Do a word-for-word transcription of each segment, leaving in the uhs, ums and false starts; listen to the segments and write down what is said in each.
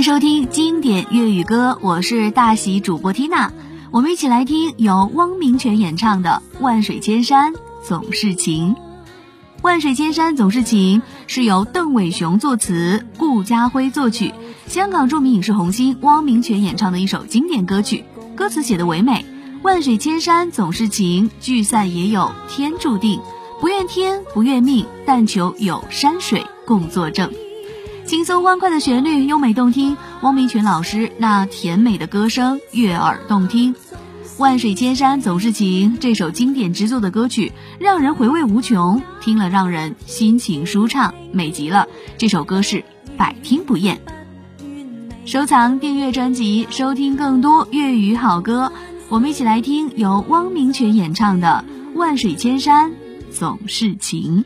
收听经典粤语歌，我是大喜主播缇娜。我们一起来听由汪明荃演唱的《万水千山总是情》。万水千山总是情是由邓伟雄作词，顾嘉辉作曲，香港著名影视红星汪明荃演唱的一首经典歌曲。歌词写得唯美，万水千山总是情，聚散也有天注定，不怨天不怨命，但求有山水共作证。轻松欢快的旋律，优美动听，汪明荃老师那甜美的歌声悦耳动听。万水千山总是情这首经典之作的歌曲让人回味无穷，听了让人心情舒畅，美极了。这首歌是百听不厌。收藏订阅专辑，收听更多粤语好歌。我们一起来听由汪明荃演唱的《万水千山总是情》。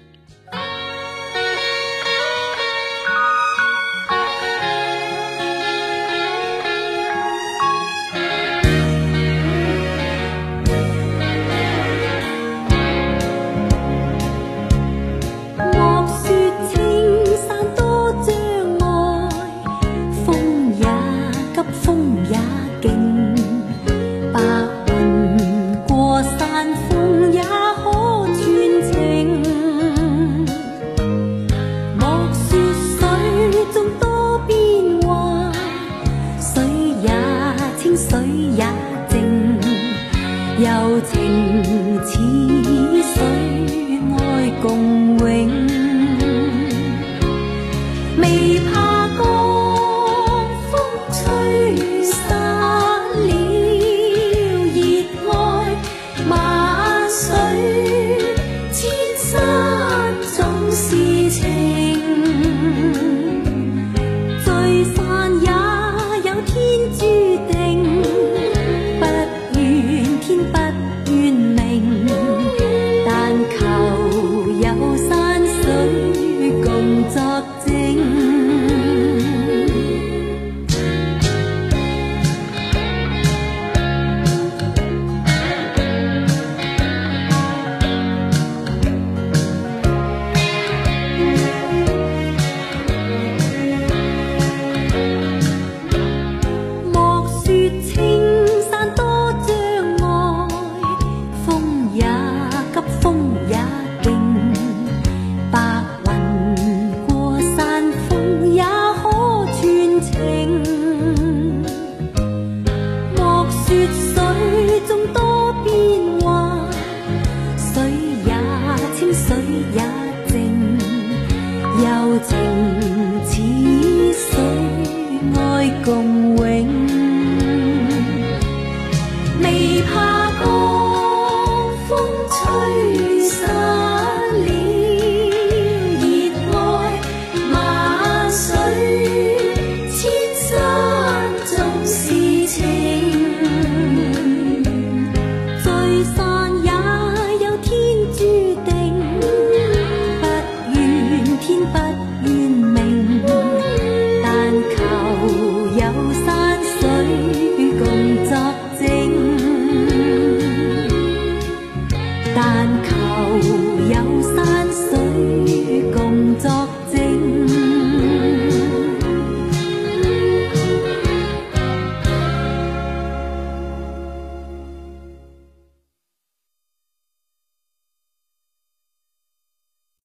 水也靜，柔情似